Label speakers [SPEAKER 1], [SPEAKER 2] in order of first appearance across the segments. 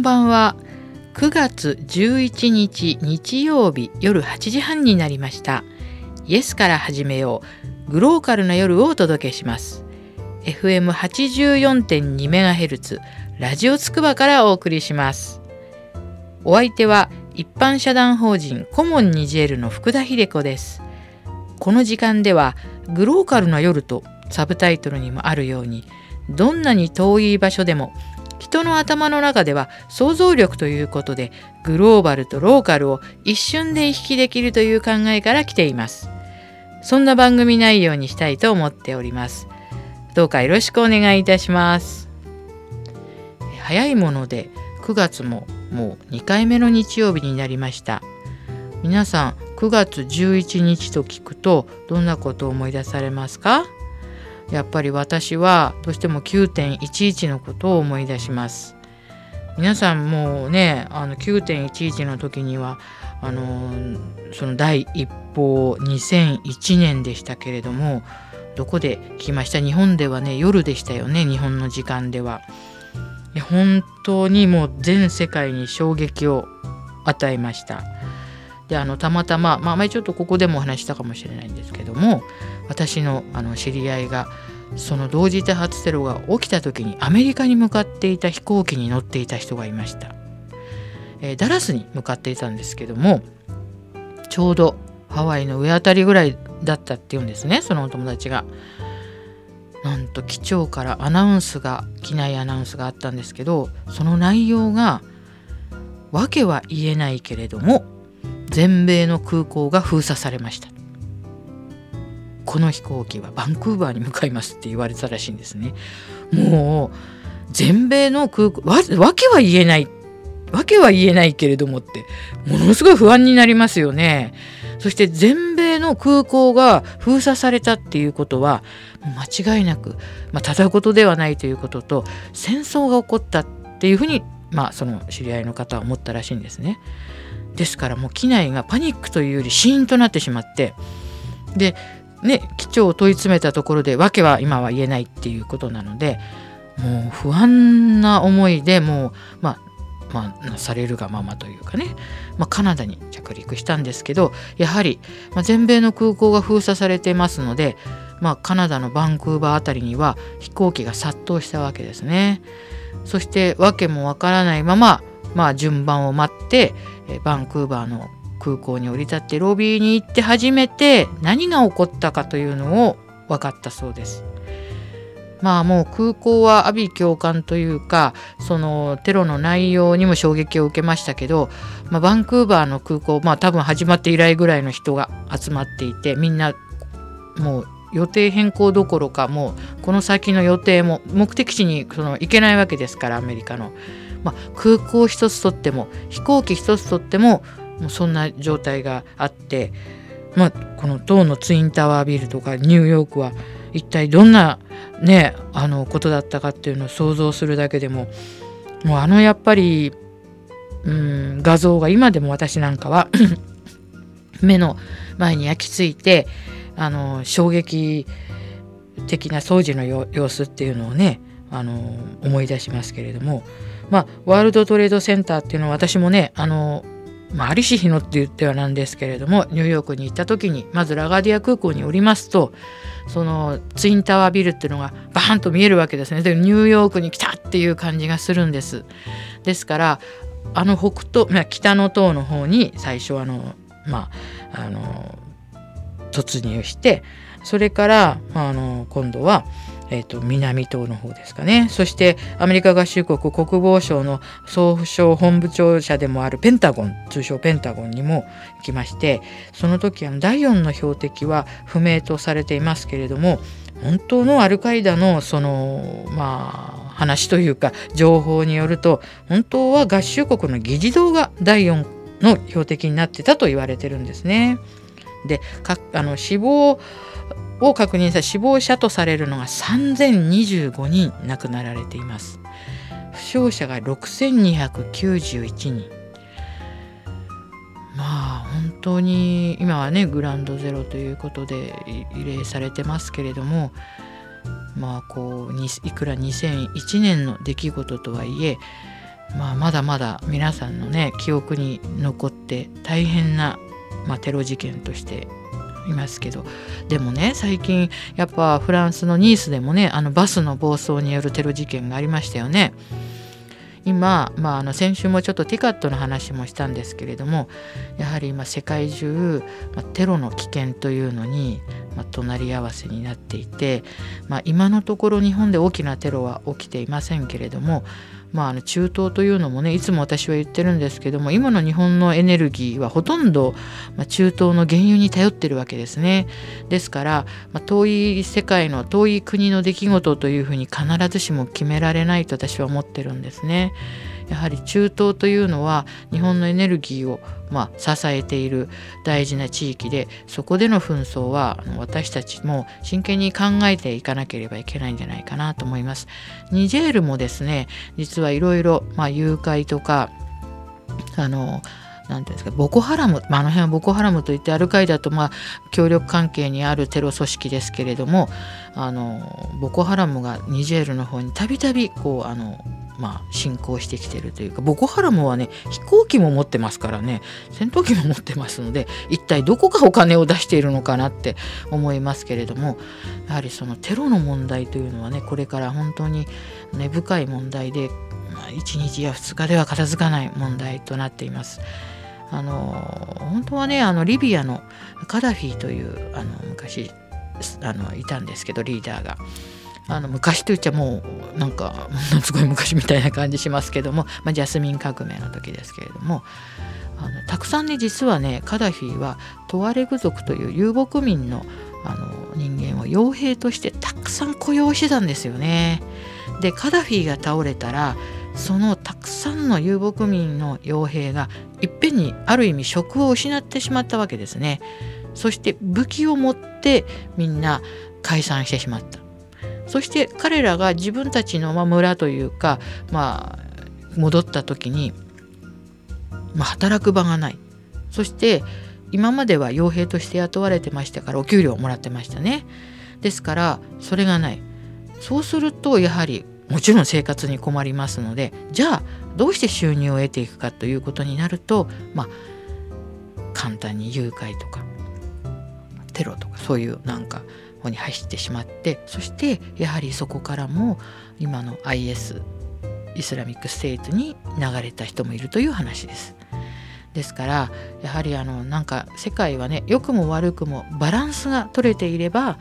[SPEAKER 1] ばんは。9月11日日曜日夜8時半になりました。イエスから始めよう。グローカルな夜をお届けします。FM84.2MHz ラジオつくばからお送りします。お相手は一般社団法人コモンニジェールの福田秀子です。この時間ではグローカルな夜とサブタイトルにもあるように、どんなに遠い場所でも人の頭の中では想像力ということで、グローバルとローカルを一瞬で行き来できるという考えから来ています。そんな番組内容にしたいと思っております。どうかよろしくお願いいたします。早いもので9月ももう2回目の日曜日になりました。皆さん9月11日と聞くとどんなことを思い出されますか？やっぱり私はどうしても 9.11 のことを思い出します。皆さんもね、9.11 の時にはその第一報2001年でしたけれども、どこで聞きました？日本ではね、夜でしたよね、日本の時間では。本当にもう全世界に衝撃を与えました。でたまたま、前ちょっとここでもお話したかもしれないんですけども、私の知り合いがその同時多発テロが起きた時にアメリカに向かっていた飛行機に乗っていた人がいました。ダラスに向かっていたんですけども、ちょうどハワイの上あたりぐらいだったっていうんですね、そのお友達が。なんと機長から機内アナウンスがあったんですけど、その内容が訳は言えないけれども全米の空港が封鎖されました。この飛行機はバンクーバーに向かいますって言われたらしいんですね。もう全米の空港、訳は言えないけれどもってものすごい不安になりますよね。そして全米の空港が封鎖されたっていうことは間違いなく、ただ事ではないということと、戦争が起こったっていうふうに、その知り合いの方は思ったらしいんですね。ですからもう機内がパニックというよりシーンとなってしまって、で機長を問い詰めたところで訳は今は言えないっていうことなので、もう不安な思いでもうされるがままというかね、カナダに着陸したんですけど、やはり、全米の空港が封鎖されてますので、カナダのバンクーバーあたりには飛行機が殺到したわけですね。そして訳もわからないまま、順番を待ってバンクーバーの空港に降り立ってロビーに行って初めて何が起こったかというのを分かったそうです。もう空港は阿鼻叫喚というか、そのテロの内容にも衝撃を受けましたけど、バンクーバーの空港、多分始まって以来ぐらいの人が集まっていて、みんなもう予定変更どころか、もうこの先の予定も目的地に行けないわけですから、アメリカの、空港一つとっても飛行機一つとってももうそんな状態があって、この当のツインタワービルとかニューヨークは一体どんなことだったかっていうのを想像するだけでも、もうやっぱり画像が今でも私なんかは目の前に焼き付いて、衝撃的な当時の様子っていうのをね、思い出しますけれども、ワールドトレードセンターっていうのは私もね、ありし日のって言ってはなんですけれども、ニューヨークに行った時にまずラガディア空港に降りますと、そのツインタワービルっていうのがバーンと見えるわけですね。でニューヨークに来たっていう感じがするんです。ですから北の塔の方に最初突入して、それから今度は南島の方ですかね。そしてアメリカ合衆国国防省の総省本部庁舎でもあるペンタゴン、通称ペンタゴンにも行きまして、その時第4の標的は不明とされていますけれども、本当のアルカイダの話というか情報によると、本当は合衆国の議事堂が第4の標的になってたと言われてるんですね。で死亡を確認した死亡者とされるのが3025人亡くなられています。負傷者が6291人。本当に今はねグランドゼロということで慰霊されてますけれども、いくら2001年の出来事とはいえ、 まだまだ皆さんのね記憶に残って大変な、テロ事件としていますけど、でもね最近やっぱフランスのニースでもねバスの暴走によるテロ事件がありましたよね。今、先週もちょっとティカットの話もしたんですけれども、やはり今世界中、テロの危険というのに、隣り合わせになっていて、今のところ日本で大きなテロは起きていませんけれども、中東というのもねいつも私は言ってるんですけども、今の日本のエネルギーはほとんど、中東の原油に頼ってるわけですね。ですから、遠い世界の遠い国の出来事というふうに必ずしも決められないと私は思ってるんですね。やはり中東というのは日本のエネルギーを支えている大事な地域で、そこでの紛争は私たちも真剣に考えていかなければいけないんじゃないかなと思います。ニジェールもですね、実はいろいろ誘拐とかなんていうんですか、ボコハラム、あの辺はボコハラムといってアルカイダと協力関係にあるテロ組織ですけれども、ボコハラムがニジェールの方にたびたび侵攻してきているというか、ボコハラムはね飛行機も持ってますからね、戦闘機も持ってますので、一体どこがお金を出しているのかなって思いますけれども、やはりそのテロの問題というのはね、これから本当に根深い問題で、1日や2日では片付かない問題となっています。本当はねリビアのカダフィという昔いたんですけど、リーダーが昔といっちゃもうなんかものすごい昔みたいな感じしますけども、ジャスミン革命の時ですけれども、たくさんね実はねカダフィはトワレグ族という遊牧民の人間を傭兵としてたくさん雇用してたんですよね。でカダフィが倒れたら、そのたくさんの遊牧民の傭兵がいっぺんにある意味職を失ってしまったわけですね。そして武器を持ってみんな解散してしまった。そして彼らが自分たちの村というか、戻った時に、働く場がない。そして今までは傭兵として雇われてましたからお給料をもらってましたね。ですからそれがない。そうするとやはりもちろん生活に困りますので、じゃあどうして収入を得ていくかということになると、簡単に誘拐とかテロとかそういう方に走ってしまって、そしてやはりそこからも今の IS イスラミックステートに流れた人もいるという話です。ですからやはり世界はね、良くも悪くもバランスが取れていれば、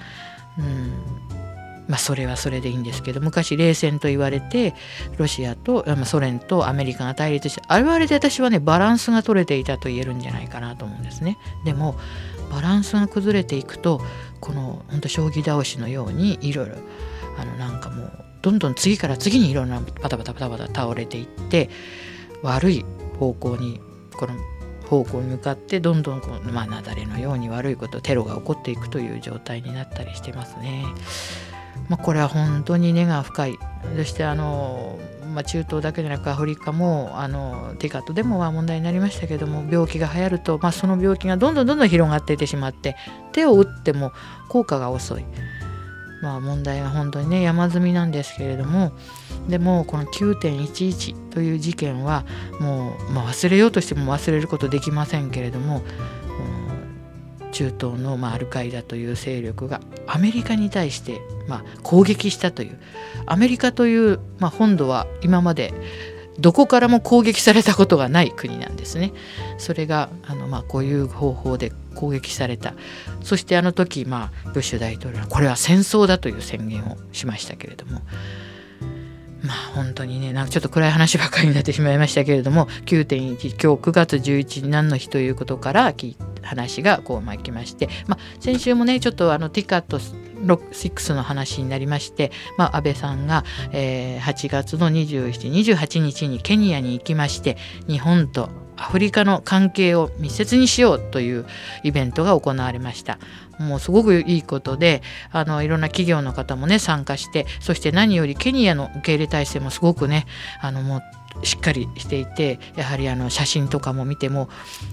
[SPEAKER 1] それはそれでいいんですけど、昔冷戦と言われてロシアと、ソ連とアメリカが対立して、あれはあれで私はねバランスが取れていたと言えるんじゃないかなと思うんですね。でもバランスが崩れていくと、この本当将棋倒しのようにいろいろもうどんどん次から次にいろんなバタバタ倒れていって、悪い方向に向かってどんどん雪崩のように悪いことテロが起こっていくという状態になったりしてますね。これは本当に根が深い。そして中東だけでなくアフリカもティカットでも問題になりましたけども、病気が流行ると、その病気がどんどん広がっていってしまって、手を打っても効果が遅い。問題は本当にね山積みなんですけれども、でもこの 9.11 という事件はもう、忘れようとしても忘れることできませんけれども、中東のアルカイダという勢力がアメリカに対して攻撃したという、アメリカという本土は今までどこからも攻撃されたことがない国なんですね。それがこういう方法で攻撃された。そしてあの時ブッシュ大統領はこれは戦争だという宣言をしましたけれども、本当にねちょっと暗い話ばっかりになってしまいましたけれども、 9.11 今日9月11日何の日ということから話が来まして、先週もねちょっとティカット6の話になりまして、安倍さんが、8月の27、28日にケニアに行きまして、日本とアフリカの関係を密接にしようというイベントが行われました。もうすごくいいことで、いろんな企業の方もね参加して、そして何よりケニアの受け入れ体制もすごくねもうしっかりしていて、やはり写真とかも見ても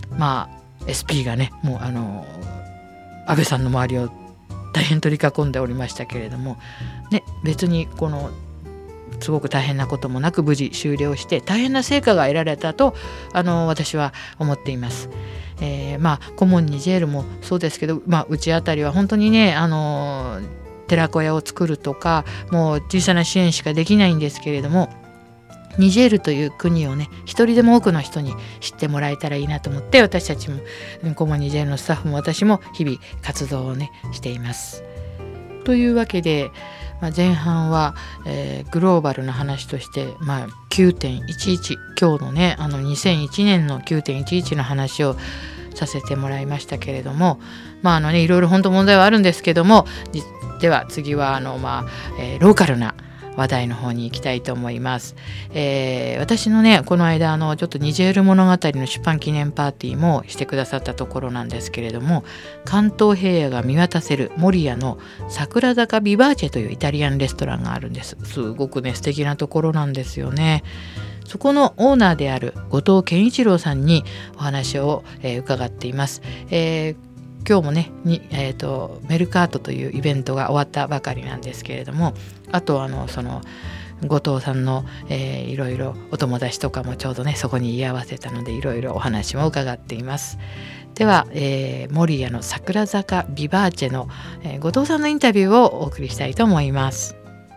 [SPEAKER 1] SP がねもう安倍さんの周りを大変取り囲んでおりましたけれども、別にこのすごく大変なこともなく無事終了して大変な成果が得られたと私は思っています。コモンニジェールもそうですけど、うちあたりは本当にね寺子屋を作るとかもう小さな支援しかできないんですけれども、ニジェールという国をね一人でも多くの人に知ってもらえたらいいなと思って、私たちもコモンニジェールのスタッフも私も日々活動をねしています。というわけで、前半は、グローバルな話として、9.11 今日のね2001年の 9.11 の話をさせてもらいましたけれども、いろいろ本当問題はあるんですけども、では次はローカルな話題の方に行きたいと思います。私のねこの間ちょっとニジェール物語の出版記念パーティーもしてくださったところなんですけれども、関東平野が見渡せる守谷の桜坂ビバーチェというイタリアンレストランがあるんです。すごくね素敵なところなんですよね。そこのオーナーである後藤健一郎さんにお話を、伺っています。今日もねメルカートというイベントが終わったばかりなんですけれども、あとその後藤さんの、いろいろお友達とかもちょうどねそこに居合わせたのでいろいろお話も伺っています。では、守谷の桜坂ビバーチェの、後藤さんのインタビューをお送りしたいと思います。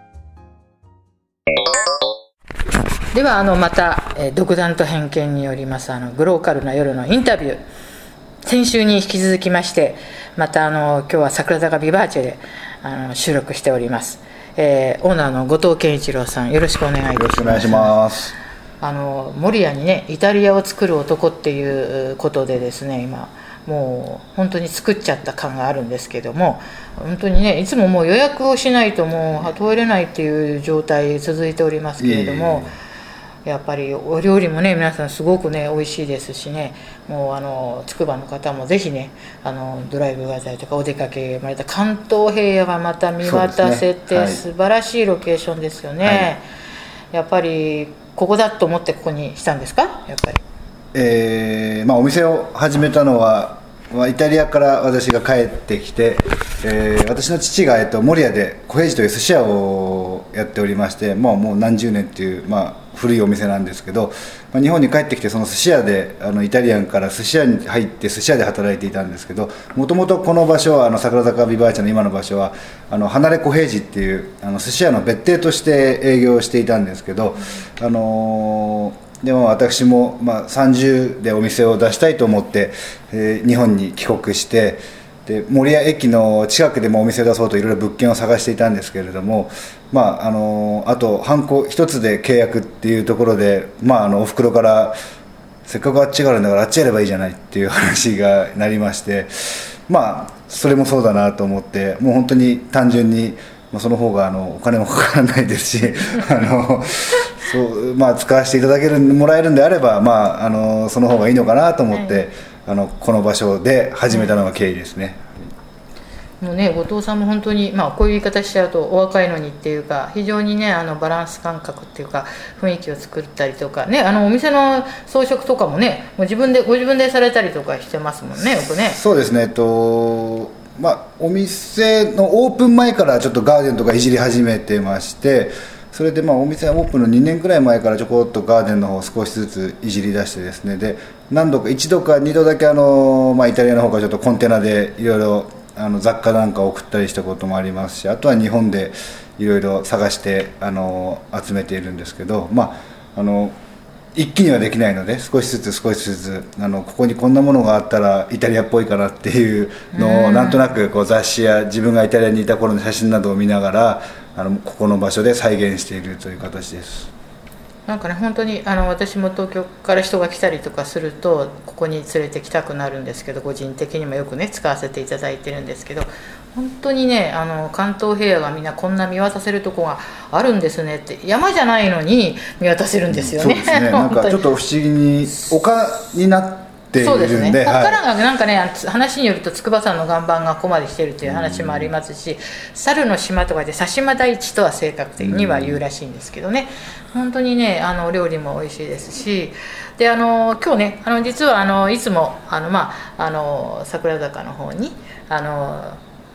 [SPEAKER 1] ではまた、独断と偏見によりますグローカルな夜のインタビュー、先週に引き続きましてまた今日は桜坂ビバーチェで収録しております。オーナーの後藤健一郎さん、よろしくお願いいたします。
[SPEAKER 2] よろしくお願いします。
[SPEAKER 1] 守谷にねイタリアを作る男っていうことでですね、今もう本当に作っちゃった感があるんですけども、本当にねいつももう予約をしないともう通れないっていう状態続いておりますけれども、やっぱりお料理もね皆さんすごくね美味しいですしね、もうつくばの方もぜひねドライブがたりとかお出かけまた関東平野がまた見渡せて、素晴らしいロケーションですよね。やっぱりここだと思ってここにしたんですか？やっぱり
[SPEAKER 2] お店を始めたのはイタリアから私が帰ってきて、私の父が、守谷で小平寺という寿司屋をやっておりまして、もう何十年っていう、古いお店なんですけど、日本に帰ってきてその寿司屋でイタリアンから寿司屋に入って寿司屋で働いていたんですけど、もともとこの場所は桜坂ビバーチェの今の場所は離れ小平寺っていう寿司屋の別邸として営業していたんですけど、でも私も30でお店を出したいと思って、日本に帰国して、で守谷駅の近くでもお店を出そうといろいろ物件を探していたんですけれども、あとハンコ一つで契約っていうところで、おふくろからせっかくあっちがあるんだからあっちやればいいじゃないっていう話がなりまして、それもそうだなと思って、もう本当に単純にその方がお金もかからないですし使わせていただけるもらえるんであれば、その方がいいのかなと思って、この場所で始めたのが経緯ですね。
[SPEAKER 1] もうね後藤さんも本当に、こういう言い方しちゃうとお若いのにっていうか、非常にねバランス感覚っていうか雰囲気を作ったりとかね、お店の装飾とかもねもうご自分でされたりとかしてますもんね、よくね。
[SPEAKER 2] そうですね、お店のオープン前からちょっとガーデンとかいじり始めてまして、それでお店オープンの2年くらい前からちょこっとガーデンの方を少しずついじり出してですね、で1度か2度だけイタリアの方からちょっとコンテナでいろいろ雑貨なんか送ったりしたこともありますし、あとは日本でいろいろ探して集めているんですけど、一気にはできないので少しずつここにこんなものがあったらイタリアっぽいかなっていうのをなんとなく雑誌や自分がイタリアにいた頃の写真などを見ながらここの場所で再現しているという形です。
[SPEAKER 1] なんかね本当に私も東京から人が来たりとかするとここに連れてきたくなるんですけど、個人的にもよくね使わせていただいてるんですけど、本当にね関東平野がみんなこんな見渡せるとこがあるんですねって、山じゃないのに見渡せるんですよね。
[SPEAKER 2] そうですねなんかちょっと不思議に丘になっているんで、
[SPEAKER 1] そうですね、ここからがなんかね話によると筑波山の岩盤がここまで来てるという話もありますし、猿の島とかで佐島大地とは正確的には言うらしいんですけどね、本当にね料理も美味しいですし、で今日ね実はいつも桜坂の方に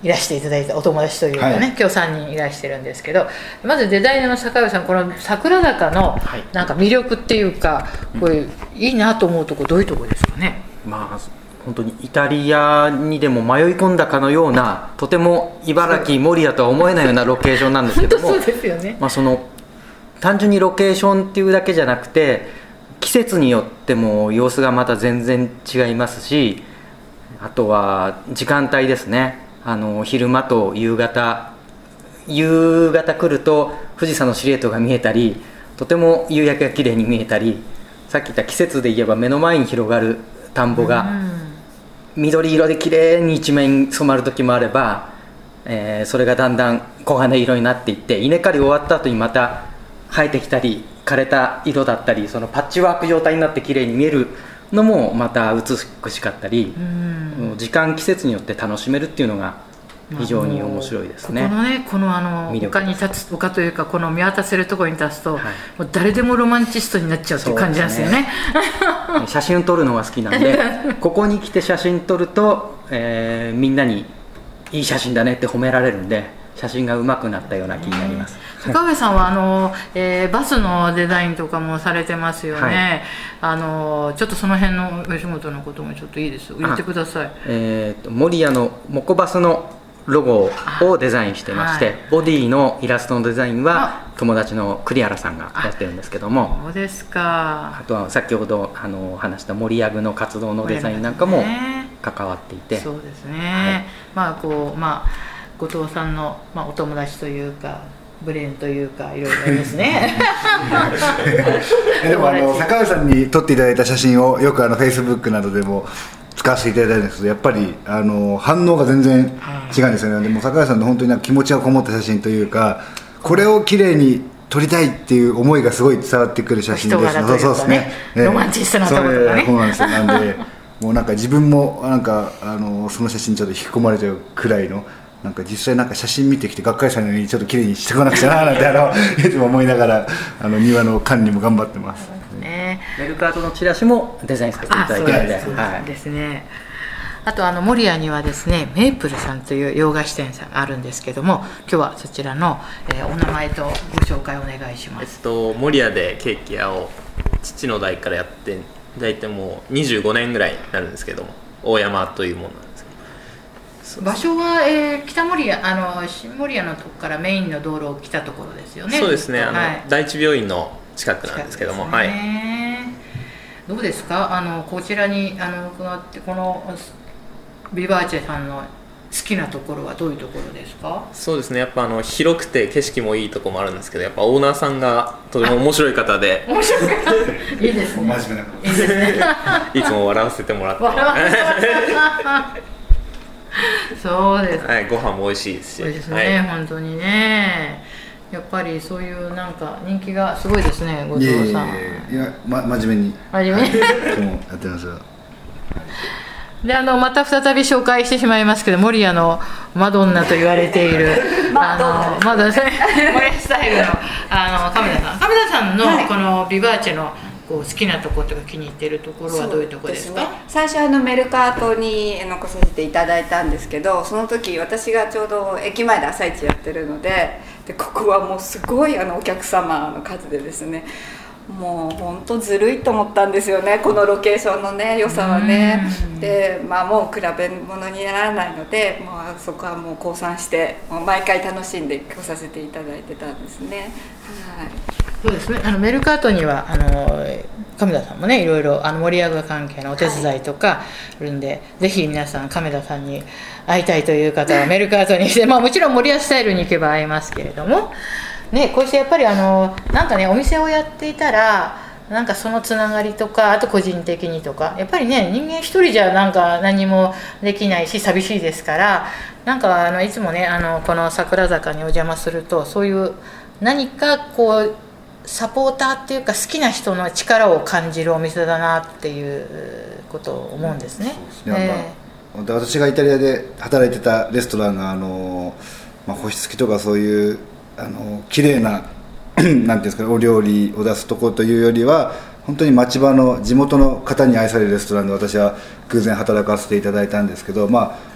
[SPEAKER 1] いらしていただいたお友達というかね、今日3人いらしてるんですけど、まずデザイナーの坂上さん、この桜坂のなんか魅力っていうか、これいいなと思うとこどういうとこですかね。
[SPEAKER 3] 本当にイタリアにでも迷い込んだかのような、とても茨城守谷とは思えないようなロケーションなんですけども
[SPEAKER 1] そうですよね。
[SPEAKER 3] その単純にロケーションっていうだけじゃなくて、季節によっても様子がまた全然違いますし、あとは時間帯ですね。昼間と夕方来ると富士山のシルエットが見えたり、とても夕焼けが綺麗に見えたり、さっき言った季節で言えば目の前に広がる田んぼが緑色で綺麗に一面染まる時もあれば、それがだんだん黄金色になっていって、稲刈り終わった後にまた生えてきたり枯れた色だったり、そのパッチワーク状態になって綺麗に見えるのもまた美しかったり、時間季節によって楽しめるっていうのが非常に面白いですね。
[SPEAKER 1] この丘に立つ、丘というかこの見渡せるところに立つと、もう誰でもロマンチストになっちゃうっていう感じなんですよね。
[SPEAKER 3] 写真撮るのが好きなんでここに来て写真撮ると、みんなにいい写真だねって褒められるんで、写真が上手くなったような気になります。
[SPEAKER 1] 坂上さんはバスのデザインとかもされてますよね。ちょっとその辺のお仕事のこともちょっといいです言ってください。
[SPEAKER 3] 守谷のモコバスのロゴをデザインしてまして、ボディのイラストのデザインは友達の栗原さんがやってるんですけども、
[SPEAKER 1] そうですか。
[SPEAKER 3] あとは先ほど話した森ヤグの活動のデザインなんかも関わっていて、
[SPEAKER 1] そうですね、後藤さんの、お友達というかブレーンというかいろいろですね
[SPEAKER 2] でも坂上さんに撮っていただいた写真をよくFacebook などでも使わせていただいたんですけど、やっぱり反応が全然違うんですよね。でも坂上さんの本当に気持ちがこもった写真というか、これをきれいに撮りたいっていう思いがすごい伝わってくる写真です。
[SPEAKER 1] そうですね、ロマンチストなところとかね。
[SPEAKER 2] そうなんですよ。なんでもうなんか自分もなんかその写真にちょっと引き込まれちゃうくらいの、なんか実際なんか写真見てきてがっかりしたのにちょっときれいにしてこなくちゃななんていつも思いながら庭の管理も頑張ってます。
[SPEAKER 3] メルカートのチラシもデザインさせていただいてるんで、
[SPEAKER 1] そうですね。あと守谷にはですね、メープルさんという洋菓子店さんがあるんですけども、今日はそちらの、お名前とご紹介お願いします。
[SPEAKER 4] 守谷でケーキ屋を父の代からやって大体もう25年ぐらいになるんですけども、大山というものなんですけど、
[SPEAKER 1] 場所は、北守谷新守谷のとこからメインの道路を来たところですよね。
[SPEAKER 4] そうですね、第一病院の近くなんですけども、どうですか、こちらに伺ってこのビバーチェさんの好きなところはどういうところですか？ そうですね、やっぱ広くて景色もいいところもあるんですけど、やっぱオーナーさんがとても面白い方で
[SPEAKER 1] 面白いいいですね、
[SPEAKER 2] 真面目な方
[SPEAKER 1] いいですね
[SPEAKER 4] いつも笑わせてもらって
[SPEAKER 1] そうです、
[SPEAKER 4] ご飯も美味しいですし、
[SPEAKER 1] そうですね、本当にね。やっぱりそういうなんか人気がすごいですね、後藤さん。
[SPEAKER 2] いや、真面目に
[SPEAKER 1] 真面目に
[SPEAKER 2] いつもやってますよ。
[SPEAKER 1] でまた再び紹介してしまいますけど、守谷のマドンナと言われているマドンナスタイルの亀田さんのこのビバーチェの好きなところとか気に入っているところはどういうところですか？
[SPEAKER 5] 最初メルカートに来させていただいたんですけど、その時私がちょうど駅前で朝市やってるので、ここはもうすごいお客様の数でですね、もう本当ずるいと思ったんですよね、このロケーションのね良さはね。でもう比べ物にならないので、そこはもう降参してもう毎回楽しんで来させていただいてたんですね。
[SPEAKER 1] そうですね、メルカートには亀田さんもね、いろいろ盛り上が関係のお手伝いとかあるんで、ぜひ皆さん亀田さんに会いたいという方はメルカートにしてもちろん森谷スタイルに行けば会えますけれどもね、こうしてやっぱりなんかね、お店をやっていたらなんかそのつながりとか、あと個人的にとか、やっぱりね、人間一人じゃなんか何もできないし寂しいですから、なんかいつもねこの桜坂にお邪魔すると、そういう何かこうサポーターっていうか好きな人の力を感じるお店だなっていうことを思うんですね。
[SPEAKER 2] 私がイタリアで働いてたレストランが星付きとかそういう綺麗ななんていうんですか、お料理を出すところというよりは、本当に町場の地元の方に愛されるレストランで私は偶然働かせていただいたんですけど、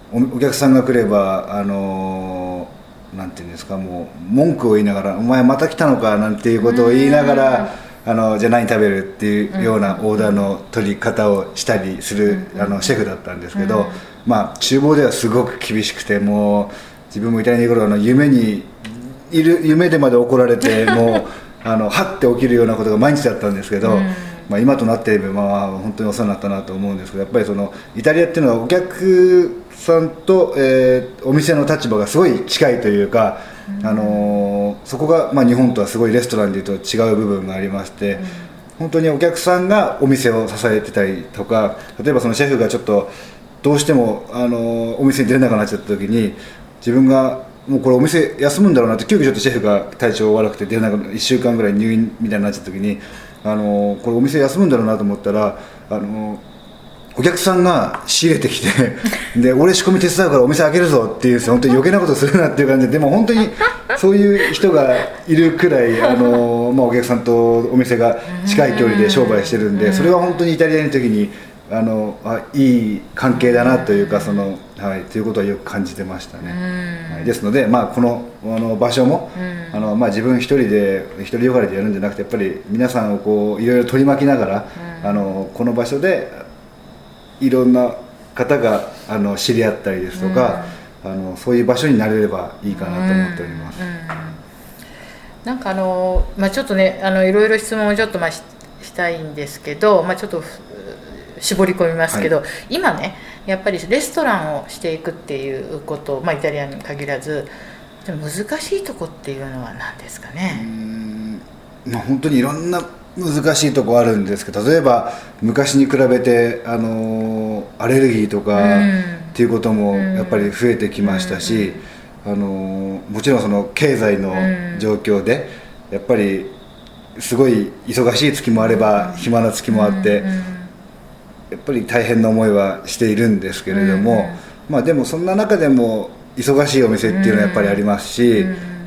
[SPEAKER 2] お客さんが来ればなんていうんですか、もう文句を言いながら「お前また来たのか」なんていうことを言いながらじゃあ何食べるっていうようなオーダーの取り方をしたりするシェフだったんですけど、まあ厨房ではすごく厳しくて、もう自分もイタリアにいる頃夢でまで怒られてもうはって起きるようなことが毎日だったんですけど、まあ、今となっていればまあ本当にお世話になったなと思うんですけど、やっぱりそのイタリアっていうのはお客さんと、お店の立場がすごい近いというか、そこが、まあ、日本とはすごいレストランでいうと違う部分がありまして、本当にお客さんがお店を支えてたりとか、例えばそのシェフがちょっとどうしてもお店に出れなくなっちゃった時に、自分がもうこれお店休むんだろうなって、急遽ちょっとシェフが体調悪くて出れなく1週間ぐらい入院みたいになっちゃった時に、これお店休むんだろうなと思ったらお客さんが仕入れてきてで俺仕込み手伝うからお店開けるぞっていう、本当に余計なことするなっていう感じで、でも本当にそういう人がいるくらいまあ、お客さんとお店が近い距離で商売してるんで、それは本当にイタリアにいる時にいい関係だなというか、はい、ということはよく感じてましたね。はい、ですので、まあ、この場所も、まあ、自分一人よがりでやるんじゃなくて、やっぱり皆さんをこういろいろ取り巻きながら、この場所でいろんな方が知り合ったりですとか、そういう場所になれればいいかなと思っております。
[SPEAKER 4] なんかまあ、ちょっとねいろいろ質問をちょっとしたいんですけど、まあ、ちょっと絞り込みますけど、はい、今ねやっぱりレストランをしていくっていうこと、まあ、イタリアに限らず難しいとこっていうのは何ですかね。
[SPEAKER 2] まあ、本当にいろんな難しいとこあるんですけど、例えば昔に比べてアレルギーとかっていうこともやっぱり増えてきましたし、もちろんその経済の状況でやっぱりすごい忙しい月もあれば暇な月もあって、やっぱり大変な思いはしているんですけれども、まあ、でもそんな中でも忙しいお店っていうのはやっぱりありますし、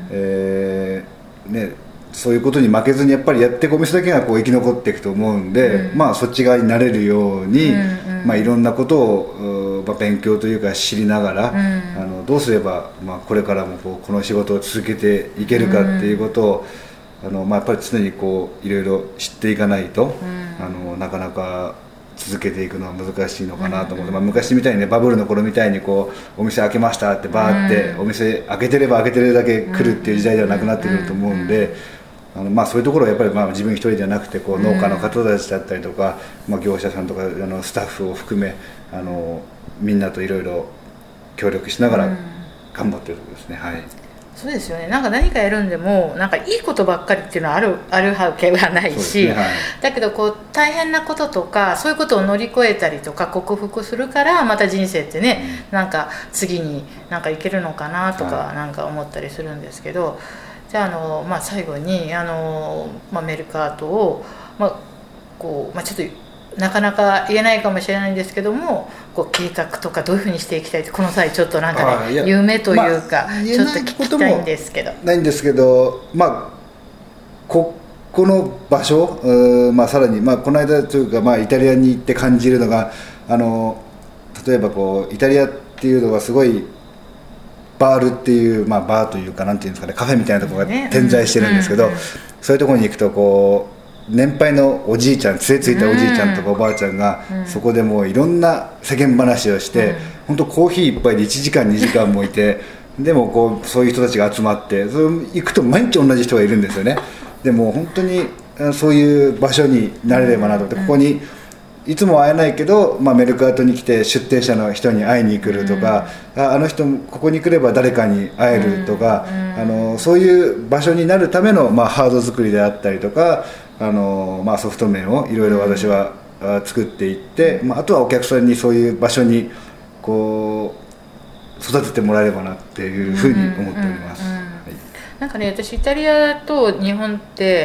[SPEAKER 2] ね、そういうことに負けずにやっぱりやっていくお店だけがこう生き残っていくと思うんで、まあ、そっち側になれるように、まあ、いろんなことを、まあ、勉強というか知りながら、どうすれば、まあ、これからもこの仕事を続けていけるかっていうことをまあ、やっぱり常にこういろいろ知っていかないと、なかなか続けていくのは難しいのかなと思って、まあ、昔みたいにね、バブルの頃みたいにこうお店開けましたってバーってお店開けてれば開けてるだけ来るっていう時代ではなくなってくると思うんで、まあ、そういうところはやっぱりまあ自分一人じゃなくてこう農家の方たちだったりとか、まあ、業者さんとかスタッフを含めみんなといろいろ協力しながら頑張ってるんですね。はい、
[SPEAKER 4] そうですよね。なんか何かやるんでもなんかいいことばっかりっていうのはあるわけはないし、ね、はい、だけどこう大変なこととかそういうことを乗り越えたりとか克服するからまた人生ってね、なんか次になんかいけるのかなとかなんか思ったりするんですけど、じゃあまあ、最後にまあ、メルカートを、まあこうまあ、ちょっとなかなか言えないかもしれないんですけども、こう計画とかどういうふうにしていきたいってこの際ちょっとなんかね夢というか、まあ、ちょっと聞きたいんですけど。
[SPEAKER 2] ないんですけど、まあこの場所、まあ、さらに、まあ、この間というか、まあ、イタリアに行って感じるのが例えばこうイタリアっていうのはすごいバールっていう、まあ、バーというかなんていうんですかね、カフェみたいなところが点在してるんですけど、そういうところに行くとこう年配のおじいちゃん、杖ついたおじいちゃんとかおばあちゃんが、そこでもういろんな世間話をして、本当コーヒー一杯で1時間2時間もいてでもこうそういう人たちが集まって行くと毎日同じ人がいるんですよね。でも本当にそういう場所になれればなと思って、ここにいつも会えないけど、まあ、メルカートに来て出店者の人に会いに来るとか、あの人ここに来れば誰かに会えるとか、そういう場所になるための、まあ、ハード作りであったりとかまあ、ソフト面をいろいろ私は作っていって、まあ、あとはお客さんにそういう場所にこう育ててもらえればなっていうふうに思っております。
[SPEAKER 4] なんかね、私イタリアと日本って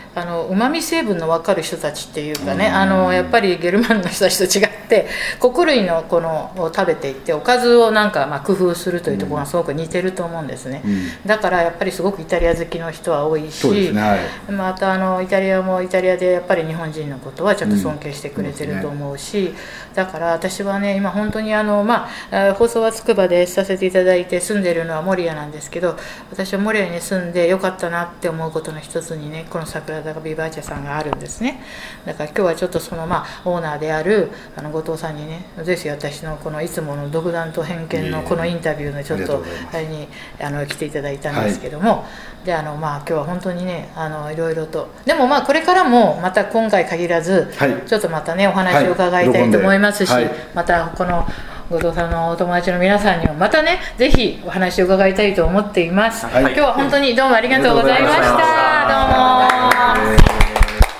[SPEAKER 4] 旨味成分の分かる人たちっていうかね、やっぱりゲルマンの人たちと違って穀類のこのを食べていっておかずをなんか工夫するというところがすごく似てると思うんですね、だからやっぱりすごくイタリア好きの人は多いし、またイタリアもイタリアでやっぱり日本人のことはちょっと尊敬してくれてると思うし、だから私はね今本当に放送はつくばでさせていただいて住んでるのは守谷なんですけど、私は守谷に住んでよかったなって思うことの一つにねこの桜坂ビバーチェさんがあるんですね。だから今日はちょっとそのオーナーである後藤さんにねぜひ私のこのいつもの独断と偏見のこのインタビューのちょっとあれに来ていただいたんですけども、で今日は本当にねいろいろとでもこれからもまた今回限らず、ちょっとまたねお話を伺いたいと思いますし、またこの後藤さんのお友達の皆さんにもまたねぜひお話を伺いたいと思っています、今日は本当にどうもありがとうございました。どうも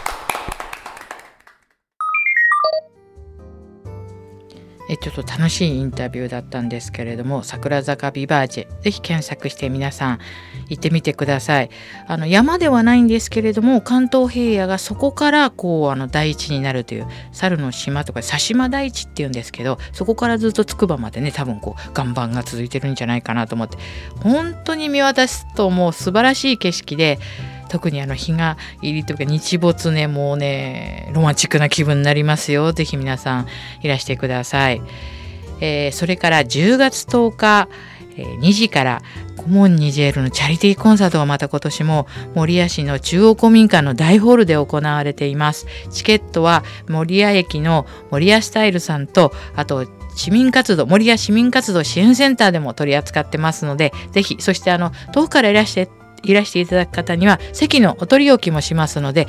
[SPEAKER 4] ちょっと楽しいインタビューだったんですけれども、桜坂ビバーチェぜひ検索して皆さん行ってみてください。山ではないんですけれども関東平野がそこから大地になるという猿の島とか佐島大地っていうんですけど、そこからずっと筑波までね多分岩盤が続いてるんじゃないかなと思って、本当に見渡すともう素晴らしい景色で、特に日が入りというか日没ねもうねロマンチックな気分になりますよ。ぜひ皆さんいらしてください。それから10月10日、2時からコモンニジェールのチャリティーコンサートがまた今年も守谷市の中央公民館の大ホールで行われています。チケットは守谷駅の守谷スタイルさんと、あと守谷市民活動支援センターでも取り扱ってますので、ぜひ、そして遠くからいらしていただく方には席のお取り置きもしますので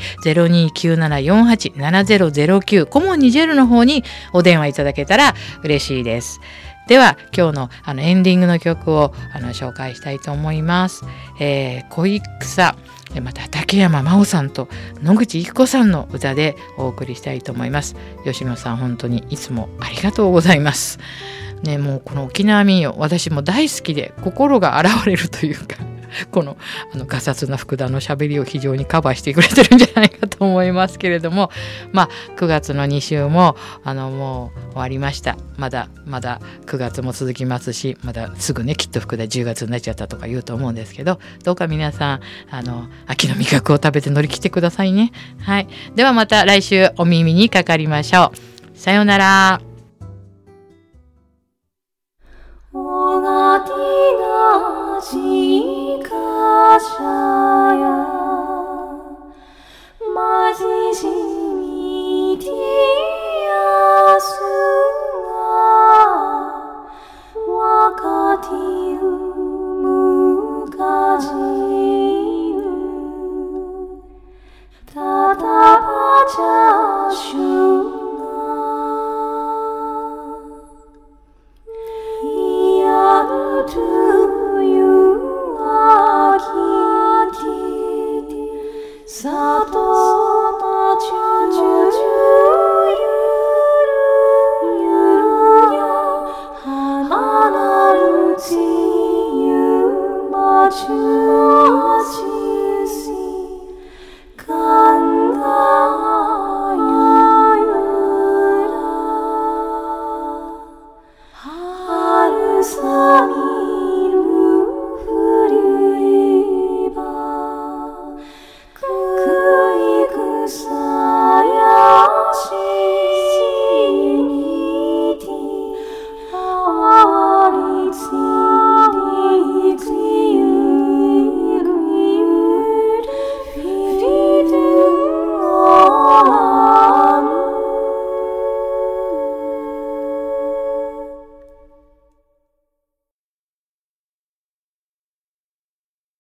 [SPEAKER 4] 0297487009 コモンニジェールの方にお電話いただけたら嬉しいです。では今日のエンディングの曲を紹介したいと思います。恋草、また竹山真央さんと野口育子さんの歌でお送りしたいと思います。吉野さん本当にいつもありがとうございますね。もうこの沖縄民謡私も大好きで心が洗われるというかこのガサツな福田のしゃべりを非常にカバーしてくれてるんじゃないかと思いますけれども、9月の2週ももう終わりました。まだ9月も続きますし、まだすぐねきっと福田10月になっちゃったとか言うと思うんですけど、どうか皆さん秋の味覚を食べて乗り切ってくださいね。はい、ではまた来週お耳にかかりましょう。さようなら。
[SPEAKER 6] 花るちゆまちゅし